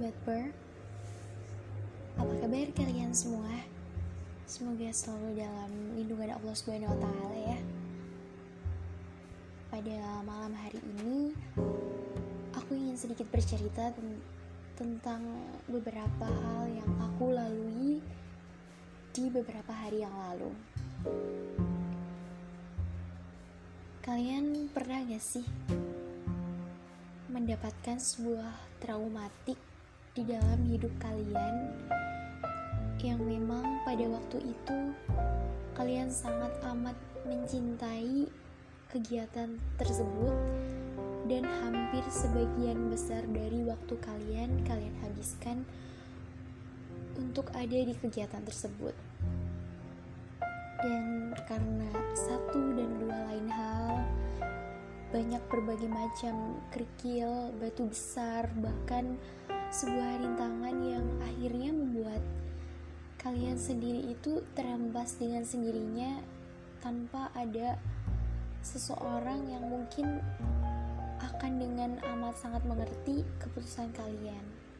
Sobat Per, apa kabar kalian semua? Semoga selalu dalam lindungan Allah Subhanahu wa Ta'ala ya. Pada malam hari ini, aku ingin sedikit bercerita tentang beberapa hal yang aku lalui di beberapa hari yang lalu. Kalian pernah gak sih mendapatkan sebuah traumatik di dalam hidup kalian yang memang pada waktu itu kalian sangat amat mencintai kegiatan tersebut dan hampir sebagian besar dari waktu kalian habiskan untuk ada di kegiatan tersebut. Dan karena satu dan dua lain hal, banyak berbagai macam kerikil, batu besar, bahkan sebuah rintangan yang akhirnya membuat kalian sendiri itu terhempas dengan sendirinya tanpa ada seseorang yang mungkin akan dengan amat sangat mengerti keputusan kalian.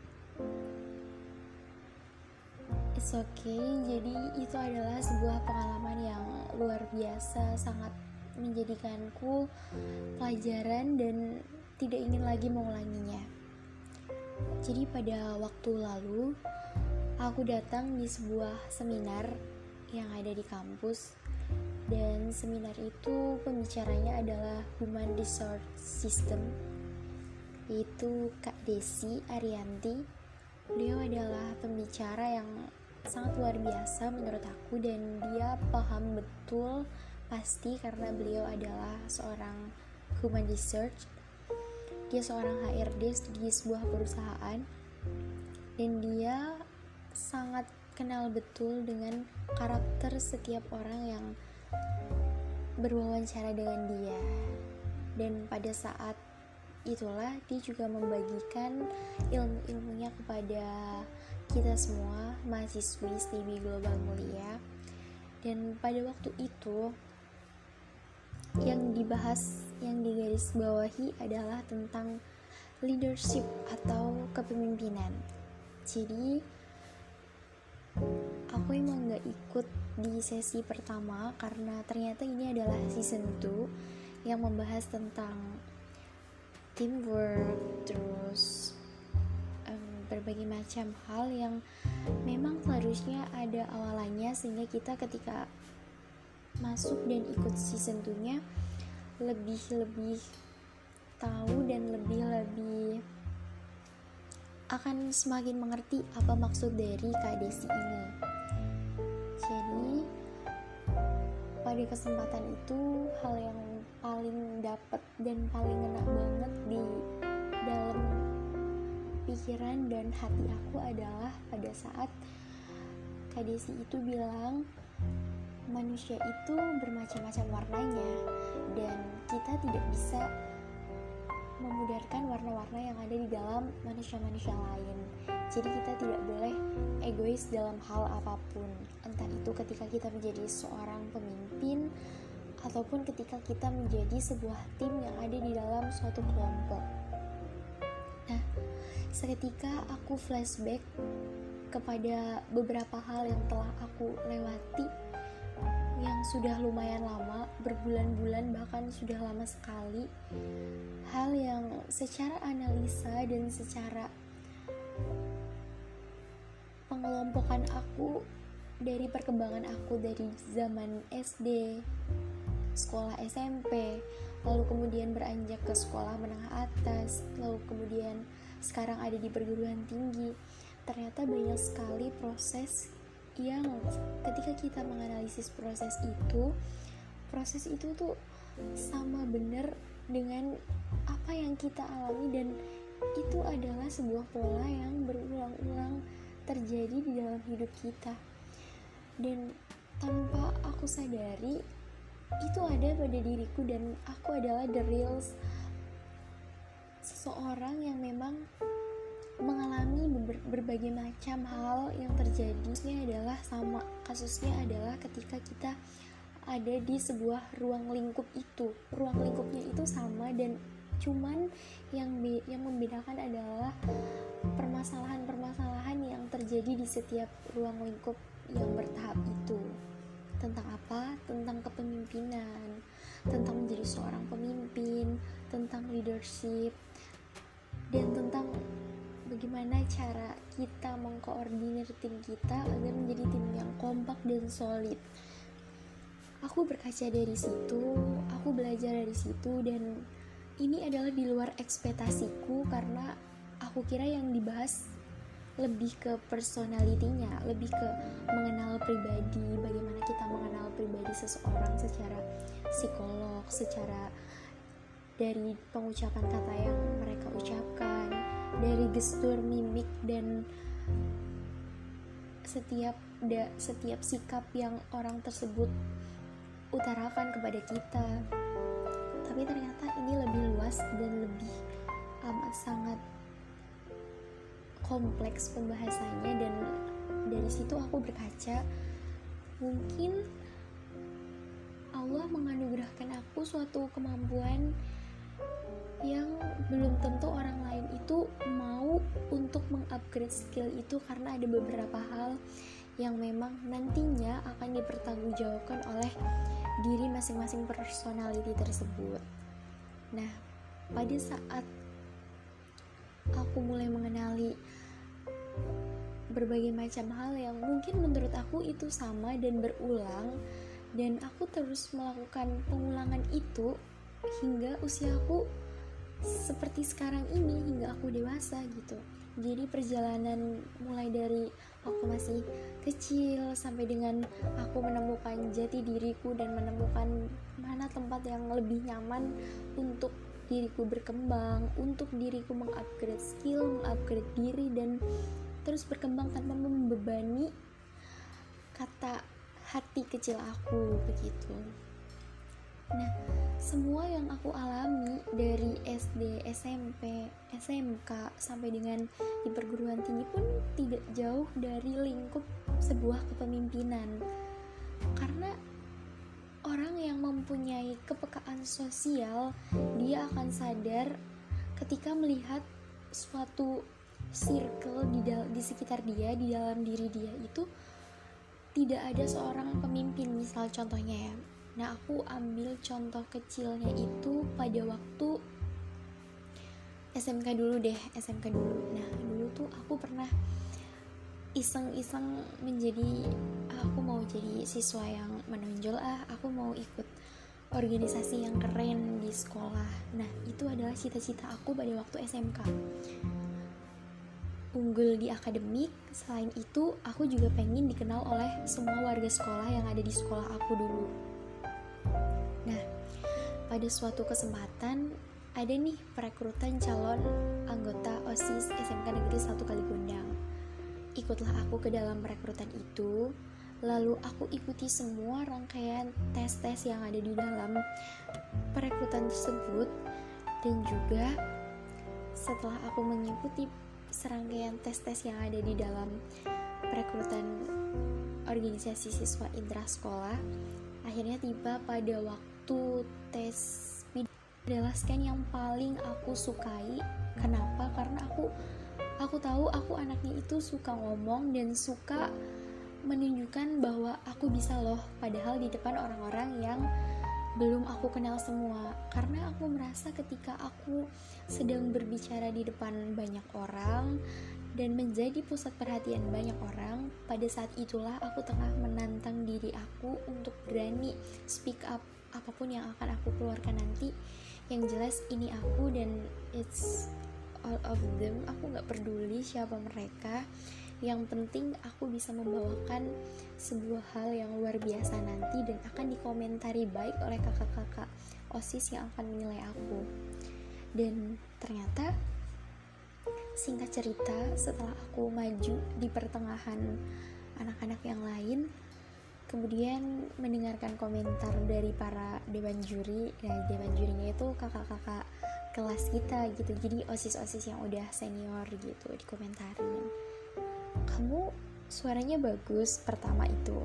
It's okay, jadi itu adalah sebuah pengalaman yang luar biasa, sangat menjadikanku pelajaran dan tidak ingin lagi mengulanginya. Jadi pada waktu lalu, aku datang di sebuah seminar yang ada di kampus, dan seminar itu pembicaranya adalah Human Resource System, yaitu Kak Desi Arianti. Beliau adalah pembicara yang sangat luar biasa menurut aku, dan dia paham betul pasti karena beliau adalah seorang human research. Dia seorang HRD di sebuah perusahaan, dan dia sangat kenal betul dengan karakter setiap orang yang berwawancara dengan dia. Dan pada saat itulah dia juga membagikan ilmu-ilmunya kepada kita semua mahasiswi STIBI Global Mulia. Dan pada waktu itu yang dibahas, yang digarisbawahi adalah tentang leadership atau kepemimpinan. Jadi aku emang gak ikut di sesi pertama karena ternyata ini adalah season 2 yang membahas tentang teamwork, terus berbagai macam hal yang memang seharusnya ada awalannya, sehingga kita ketika masuk dan ikut season 2-nya lebih tahu dan lebih akan semakin mengerti apa maksud dari Kak Desi ini. Jadi pada kesempatan itu, hal yang paling dapat dan paling ngena banget di dalam pikiran dan hati aku adalah pada saat Kak Desi itu bilang manusia itu bermacam-macam warnanya, dan kita tidak bisa memudarkan warna-warna yang ada di dalam manusia-manusia lain. Jadi kita tidak boleh egois dalam hal apapun, entah itu ketika kita menjadi seorang pemimpin ataupun ketika kita menjadi sebuah tim yang ada di dalam suatu kelompok. Nah, seketika aku flashback kepada beberapa hal yang telah aku lewati yang sudah lumayan lama, berbulan-bulan bahkan sudah lama sekali. Hal yang secara analisa dan secara pengelompokan aku dari perkembangan aku dari zaman SD, sekolah SMP, lalu kemudian beranjak ke sekolah menengah atas, lalu kemudian sekarang ada di perguruan tinggi. Ternyata banyak sekali proses yang ketika kita menganalisis proses itu tuh sama benar dengan apa yang kita alami, dan itu adalah sebuah pola yang berulang-ulang terjadi di dalam hidup kita. Dan tanpa aku sadari, itu ada pada diriku, dan aku adalah the real seseorang yang memang mengalami berbagai macam hal yang terjadi. Kasusnya adalah ketika kita ada di sebuah ruang lingkup itu. Ruang lingkupnya itu sama dan Cuman yang membedakan adalah permasalahan-permasalahan yang terjadi di setiap ruang lingkup yang bertahap itu. Tentang apa? Tentang kepemimpinan, tentang menjadi seorang pemimpin, tentang leadership, dan tentang bagaimana cara kita mengkoordinir tim kita agar menjadi tim yang kompak dan solid. Aku berkaca dari situ, aku belajar dari situ, dan ini adalah di luar ekspektasiku karena aku kira yang dibahas lebih ke personalitinya, lebih ke mengenal pribadi, bagaimana kita mengenal pribadi seseorang secara psikolog, secara dari pengucapan kata yang mereka ucapkan, dari gestur, mimik, dan setiap sikap yang orang tersebut utarakan kepada kita. Tapi ternyata ini lebih luas dan lebih amat sangat kompleks pembahasannya, dan dari situ aku berkaca, mungkin Allah menganugerahkan aku suatu kemampuan yang belum tentu orang lain itu mau untuk mengupgrade skill itu, karena ada beberapa hal yang memang nantinya akan dipertanggungjawabkan oleh diri masing-masing personality tersebut. Nah, pada saat aku mulai mengenali berbagai macam hal yang mungkin menurut aku itu sama dan berulang, dan aku terus melakukan pengulangan itu hingga usiaku seperti sekarang ini, hingga aku dewasa gitu. Jadi perjalanan mulai dari aku masih kecil sampai dengan aku menemukan jati diriku dan menemukan mana tempat yang lebih nyaman untuk diriku berkembang, untuk diriku mengupgrade skill, mengupgrade diri, dan terus berkembang tanpa membebani kata hati kecil aku begitu. Nah, semua yang aku alami dari SD, SMP, SMK sampai dengan di perguruan tinggi pun tidak jauh dari lingkup sebuah kepemimpinan. Karena orang yang mempunyai kepekaan sosial, dia akan sadar ketika melihat suatu circle di sekitar dia, di dalam diri dia itu tidak ada seorang pemimpin. Misal contohnya ya, nah aku ambil contoh kecilnya itu pada waktu SMK dulu. Nah dulu tuh aku pernah iseng-iseng menjadi, aku mau jadi siswa yang menonjol, aku mau ikut organisasi yang keren di sekolah. Nah itu adalah cita-cita aku pada waktu SMK, unggul di akademik. Selain itu aku juga pengen dikenal oleh semua warga sekolah yang ada di sekolah aku dulu. Nah pada suatu kesempatan ada nih perekrutan calon anggota OSIS SMK Negeri 1 Kaligondang. Ikutlah aku ke dalam perekrutan itu, lalu aku ikuti semua rangkaian tes-tes yang ada di dalam perekrutan tersebut. Dan juga setelah aku mengikuti serangkaian tes-tes yang ada di dalam perekrutan organisasi siswa intrasekolah, akhirnya tiba pada waktu tes adalah scan yang paling aku sukai. Kenapa? Karena aku tahu aku anaknya itu suka ngomong dan suka menunjukkan bahwa aku bisa loh, padahal di depan orang-orang yang belum aku kenal semua. Karena aku merasa ketika aku sedang berbicara di depan banyak orang dan menjadi pusat perhatian banyak orang, pada saat itulah aku tengah menantang diri aku untuk berani speak up apapun yang akan aku keluarkan nanti. Yang jelas ini aku, dan it's all of them. Aku gak peduli siapa mereka, yang penting aku bisa membawakan sebuah hal yang luar biasa nanti dan akan dikomentari baik oleh kakak-kakak OSIS yang akan menilai aku. Dan ternyata singkat cerita, setelah aku maju di pertengahan anak-anak yang lain, kemudian mendengarkan komentar dari para dewan juri. Nah, dewan jurinya itu kakak-kakak kelas kita gitu, jadi OSIS-OSIS yang udah senior gitu, dikomentarin, kamu suaranya bagus. Pertama itu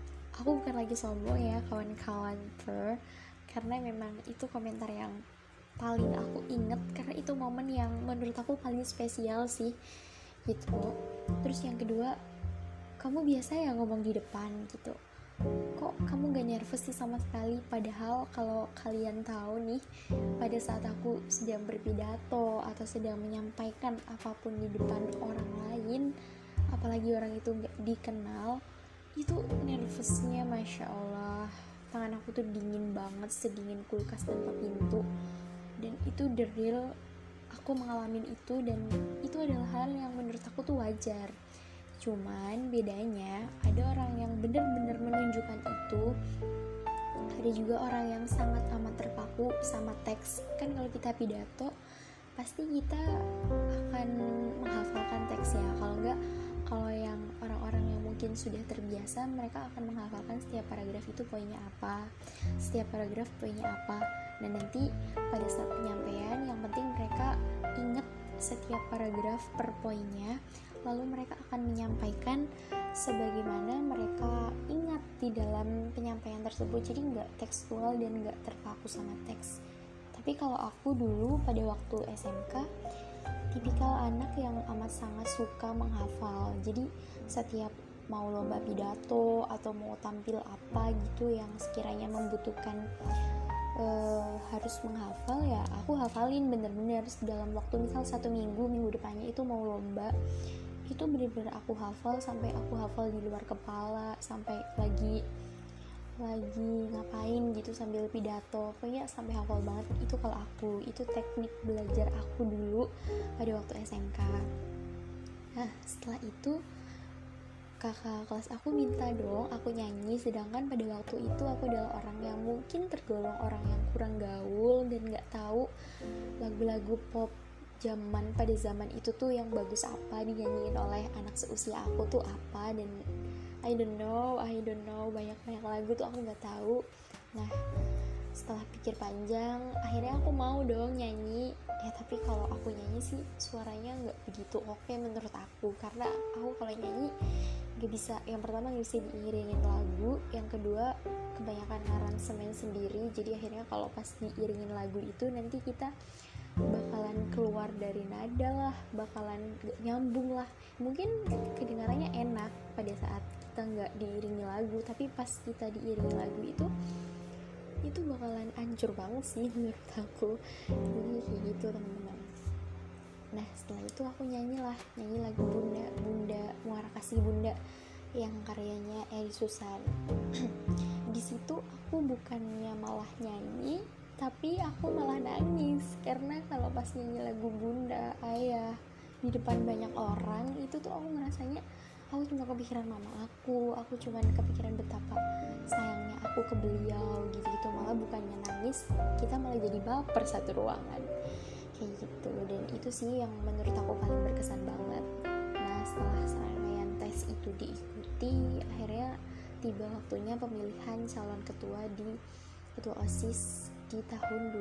aku bukan lagi sombong ya kawan-kawan karena memang itu komentar yang paling aku inget karena itu momen yang menurut aku paling spesial sih gitu. Terus yang kedua, kamu biasa ya ngomong di depan gitu, kok kamu gak nervous sih sama sekali? Padahal kalau kalian tahu nih, pada saat aku sedang berpidato atau sedang menyampaikan apapun di depan orang lain, apalagi orang itu gak dikenal, itu nervousnya Masya Allah, tangan aku tuh dingin banget, sedingin kulkas tanpa pintu. Dan itu the real, aku mengalami itu, dan itu adalah hal yang menurut aku tuh wajar. Cuman bedanya ada orang yang benar-benar menunjukkan itu, ada juga orang yang sangat amat terpaku sama teks. Kan kalau kita pidato pasti kita akan menghafalkan teksnya. Kalau enggak, kalau yang orang-orang yang mungkin sudah terbiasa, mereka akan menghafalkan setiap paragraf itu poinnya apa, setiap paragraf poinnya apa. Dan nanti pada saat penyampaian, yang penting mereka ingat setiap paragraf per poinnya, lalu mereka akan menyampaikan sebagaimana mereka ingat di dalam penyampaian tersebut. Jadi nggak tekstual dan nggak terpaku sama teks. Tapi kalau aku dulu pada waktu SMK, tipikal anak yang amat sangat suka menghafal. Jadi setiap mau lomba pidato atau mau tampil apa gitu yang sekiranya membutuhkan harus menghafal, ya aku hafalin bener-bener dalam waktu misal 1 minggu, minggu depannya itu mau lomba, itu bener-bener aku hafal sampai aku hafal di luar kepala, sampai lagi ngapain gitu sambil pidato, pokoknya sampai hafal banget. Itu kalau aku, itu teknik belajar aku dulu pada waktu SMK. Nah setelah itu kakak kelas aku minta dong aku nyanyi, sedangkan pada waktu itu aku adalah orang yang mungkin tergolong orang yang kurang gaul dan gak tahu lagu-lagu pop zaman pada zaman itu tuh yang bagus apa, dinyanyiin oleh anak seusia aku tuh apa, dan I don't know, banyak lagu tuh aku gak tahu. Nah setelah pikir panjang, akhirnya aku mau dong nyanyi. Ya tapi kalau aku nyanyi sih suaranya gak begitu oke menurut aku, karena aku kalau nyanyi gak bisa, yang pertama gak bisa diiringin lagu, yang kedua kebanyakan aransemen sendiri. Jadi akhirnya kalau pas diiringin lagu itu nanti kita bakalan keluar dari nada lah, bakalan gak nyambung lah. Mungkin kedengarannya enak pada saat kita gak diiringi lagu, tapi pas kita diiringi lagu itu bakalan hancur banget sih menurut aku. Jadi kayak gitu teman-teman. Nah setelah itu aku nyanyi lagu Bunda Muara Kasih Bunda yang karyanya Eri Susan. Di situ aku bukannya malah nyanyi, tapi aku malah nangis, karena kalau pas nyanyi lagu Bunda Ayah di depan banyak orang itu tuh aku ngerasanya aku cuma kepikiran mama aku cuma kepikiran betapa sayangnya aku ke beliau gitu, malah bukannya nangis, kita malah jadi baper satu ruangan kayak gitu. Dan itu sih yang menurut aku paling berkesan banget. Nah setelah serangkaian tes itu diikuti, akhirnya tiba waktunya pemilihan calon ketua OSIS di tahun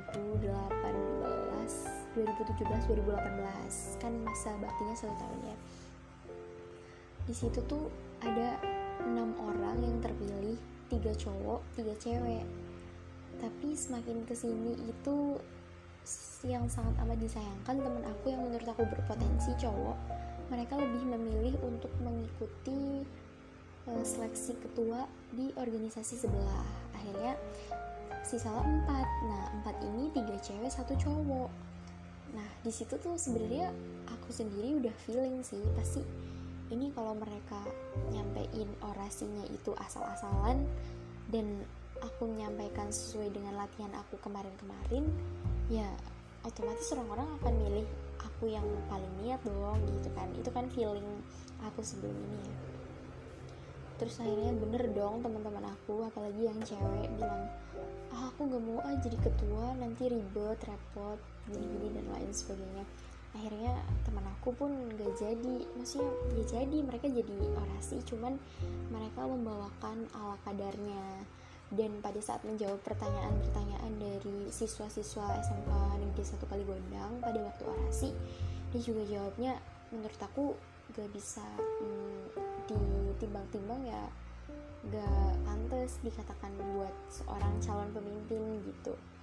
2017-2018 kan masa baktinya 1 tahun ya. Di situ tuh ada 6 orang yang terpilih, 3 cowok 3 cewek. Tapi semakin kesini itu yang sangat amat disayangkan, temen aku yang menurut aku berpotensi cowok, mereka lebih memilih untuk mengikuti seleksi ketua di organisasi sebelah. Akhirnya sisalah 4. Nah 4 ini 3 cewek 1 cowok. Nah di situ tuh sebenarnya aku sendiri udah feeling sih, pasti ini kalau mereka nyampein orasinya itu asal-asalan dan aku menyampaikan sesuai dengan latihan aku kemarin-kemarin, ya otomatis orang-orang akan milih aku yang paling niat dong gitu kan. Itu kan feeling aku sebelum ini ya. Terus akhirnya bener dong teman-teman aku, apalagi yang cewek, bilang aku gak mau jadi ketua, nanti ribet, repot, gini-gini dan lain sebagainya. Akhirnya teman aku pun gak jadi, maksudnya gak jadi, mereka jadi orasi, cuman mereka membawakan ala kadarnya. Dan pada saat menjawab pertanyaan-pertanyaan dari siswa-siswa SMK Negeri 1 Kaligondang pada waktu orasi, dia juga jawabnya menurut aku gak bisa ditimbang-timbang, ya gak pantas dikatakan buat seorang calon pemimpin gitu.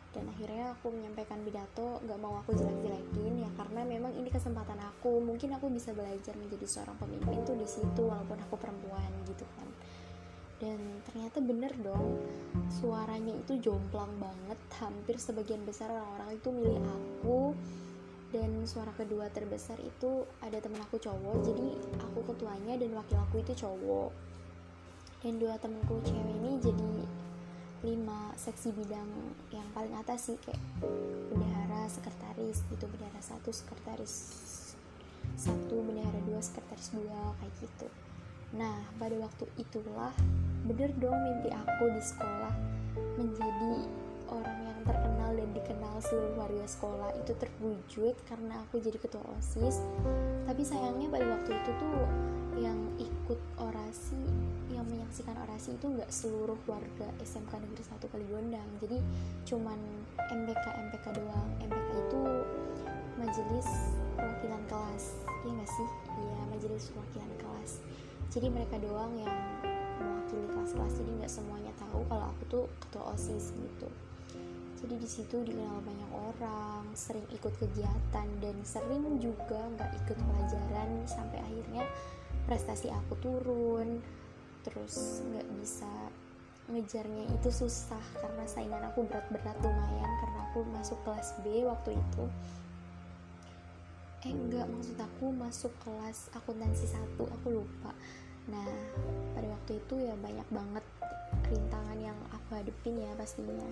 dan akhirnya aku menyampaikan pidato. Gak mau aku jelek-jelekin ya, karena memang ini kesempatan aku, mungkin aku bisa belajar menjadi seorang pemimpin tuh di situ walaupun aku perempuan gitu kan. Dan ternyata bener dong, suaranya itu jomplang banget, hampir sebagian besar orang-orang itu milih aku. Dan suara kedua terbesar itu ada temen aku cowok, jadi aku ketuanya dan wakil aku itu cowok, dan dua temenku cewek ini jadi 5 seksi bidang yang paling atas sih, kayak bendahara, sekretaris gitu, bendahara 1, sekretaris 1, bendahara 2, sekretaris 2, kayak gitu. Nah pada waktu itulah bener dong mimpi aku di sekolah menjadi orang yang terkenal dan dikenal seluruh warga sekolah itu terwujud karena aku jadi ketua OSIS. Tapi sayangnya pada waktu itu tuh yang ikut orasi, yang menyaksikan orasi itu nggak seluruh warga SMK Negeri 1 Kaligondang, jadi cuman MPK doang. MPK itu majelis perwakilan kelas, iya nggak sih? Iya, majelis perwakilan kelas. Jadi mereka doang yang mewakili kelas-kelas, jadi nggak semuanya tahu kalau aku tuh ketua OSIS gitu. Jadi di situ dikenal banyak orang, sering ikut kegiatan dan sering juga nggak ikut pelajaran, sampai akhirnya prestasi aku turun, terus nggak bisa ngejarnya itu susah karena saingan aku berat-berat lumayan, karena aku masuk kelas B waktu itu. Maksud aku masuk kelas akuntansi 1, aku lupa. Nah pada waktu itu ya banyak banget rintangan yang aku hadepin ya pastinya,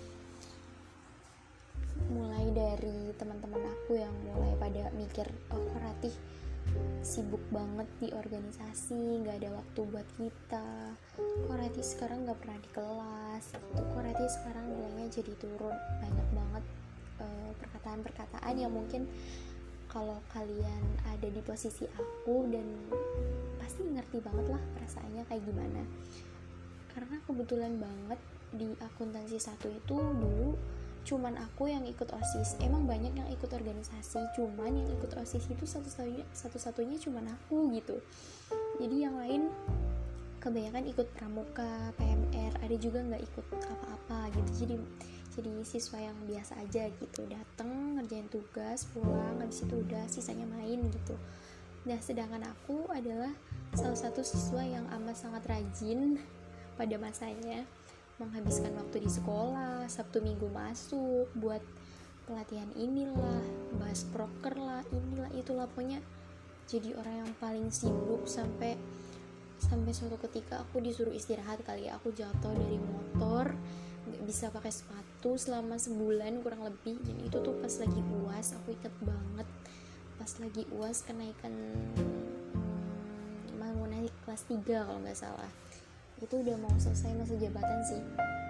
mulai dari teman-teman aku yang mulai pada mikir, oh kok Ratih sibuk banget di organisasi, nggak ada waktu buat kita, kok Ratih sekarang nggak pernah di kelas gitu, kok Ratih sekarang nilainya jadi turun. Banyak banget perkataan-perkataan yang mungkin kalau kalian ada di posisi aku dan pasti ngerti banget lah perasaannya kayak gimana. Karena kebetulan banget di akuntansi 1 itu dulu cuman aku yang ikut OSIS. Emang banyak yang ikut organisasi, cuman yang ikut OSIS itu satu-satunya cuman aku gitu. Jadi yang lain kebanyakan ikut pramuka, PMR, ada juga nggak ikut apa-apa gitu. Jadi siswa yang biasa aja gitu, datang ngerjain tugas, pulang, habis itu udah sisanya main gitu. Nah sedangkan aku adalah salah satu siswa yang amat sangat rajin pada masanya, menghabiskan waktu di sekolah, Sabtu Minggu masuk buat pelatihan inilah, bahas proker lah, inilah itulah, pokoknya jadi orang yang paling sibuk sampai suatu ketika aku disuruh istirahat kali ya. Aku jatuh dari motor, nggak bisa pakai sepatu selama sebulan kurang lebih, dan itu tuh pas lagi UAS. Aku inget banget pas lagi UAS kenaikan mau naik kelas 3 kalau nggak salah, itu udah mau selesai masa jabatan sih.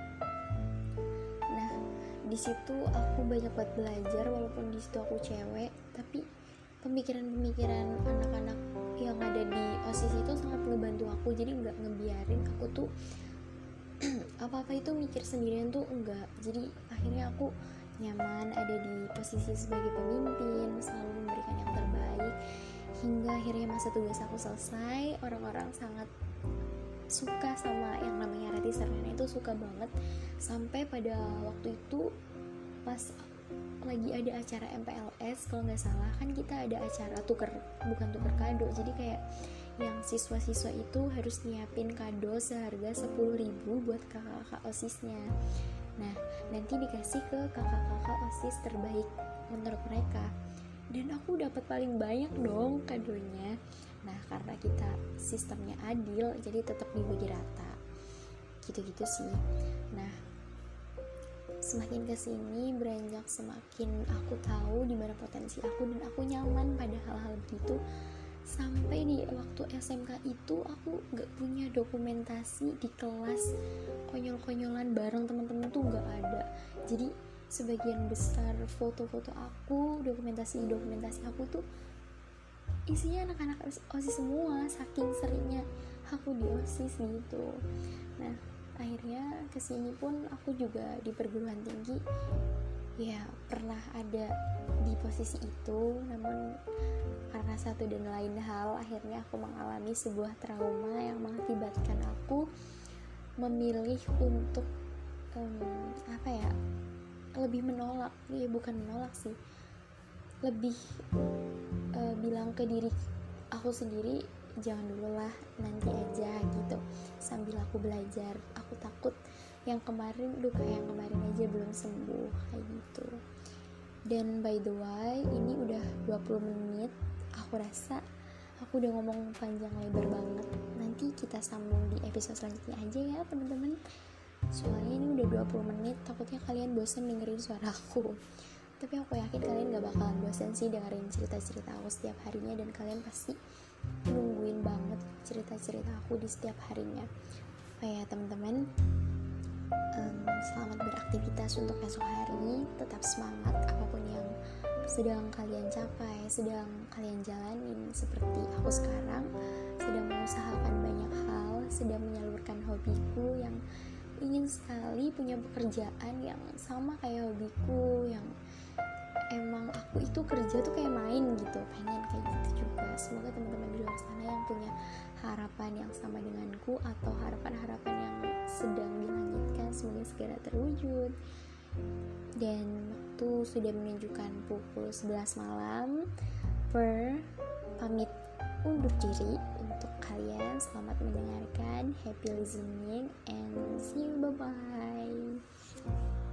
Nah di situ aku banyak banget belajar, walaupun di situ aku cewek, tapi pemikiran anak-anak yang ada di OSIS itu sangat ngebantu aku. Jadi nggak ngebiarin aku tuh apa-apa itu mikir sendirian tuh enggak. Jadi akhirnya aku nyaman ada di posisi sebagai pemimpin, selalu memberikan yang terbaik, hingga akhirnya masa tugas aku selesai. Orang-orang sangat suka sama yang namanya Ratih Serena, itu suka banget. Sampai pada waktu itu pas lagi ada acara MPLS kalau nggak salah, kan kita ada acara bukan tuker kado, jadi kayak yang siswa-siswa itu harus nyiapin kado seharga 10.000 buat kakak-kakak OSISnya. Nah nanti dikasih ke kakak-kakak OSIS terbaik menurut mereka, dan aku dapat paling banyak dong kadonya. Nah karena kita sistemnya adil, jadi tetap dibagi rata gitu-gitu sih. Nah semakin kesini beranjak, semakin aku tahu di mana potensi aku, dan aku nyaman pada hal-hal begitu. Sampai di waktu SMK itu aku gak punya dokumentasi di kelas, konyol-konyolan bareng teman-teman tuh gak ada. Jadi sebagian besar foto-foto aku, dokumentasi aku tuh isinya anak-anak OSIS semua, saking seringnya aku di OSIS gitu. Nah akhirnya kesini pun aku juga di perguruan tinggi ya pernah ada di posisi itu, namun karena satu dan lain hal akhirnya aku mengalami sebuah trauma yang mengakibatkan aku memilih untuk lebih menolak, ya bukan menolak sih, lebih bilang ke diri aku sendiri, jangan dulu lah, nanti aja gitu, sambil aku belajar. Aku takut yang kemarin, kayak yang kemarin aja belum sembuh kayak gitu. Dan by the way, ini udah 20 menit. Aku rasa aku udah ngomong panjang lebar banget. Nanti kita sambung di episode selanjutnya aja ya teman-teman. Soalnya ini udah 20 menit, takutnya kalian bosan dengerin suara aku. Tapi aku yakin kalian gak bakalan bosan sih dengerin cerita-cerita aku setiap harinya, dan kalian pasti nungguin banget cerita-cerita aku di setiap harinya. Ya teman-teman, selamat beraktivitas untuk esok hari. Tetap semangat apapun yang sedang kalian capai, sedang kalian jalanin. Seperti aku sekarang sedang mengusahakan banyak hal, sedang menyalurkan hobiku yang ingin sekali punya pekerjaan yang sama kayak hobiku, yang emang aku itu kerja tuh kayak main gitu, pengen kayak gitu juga. Semoga teman-teman di luar sana yang punya harapan yang sama denganku, atau harapan-harapan yang sedang dilangitkan, semoga segera terwujud. Dan waktu sudah menunjukkan pukul 11 malam, pamit undur diri untuk kalian. Selamat mendengarkan, happy listening, and see you, bye bye.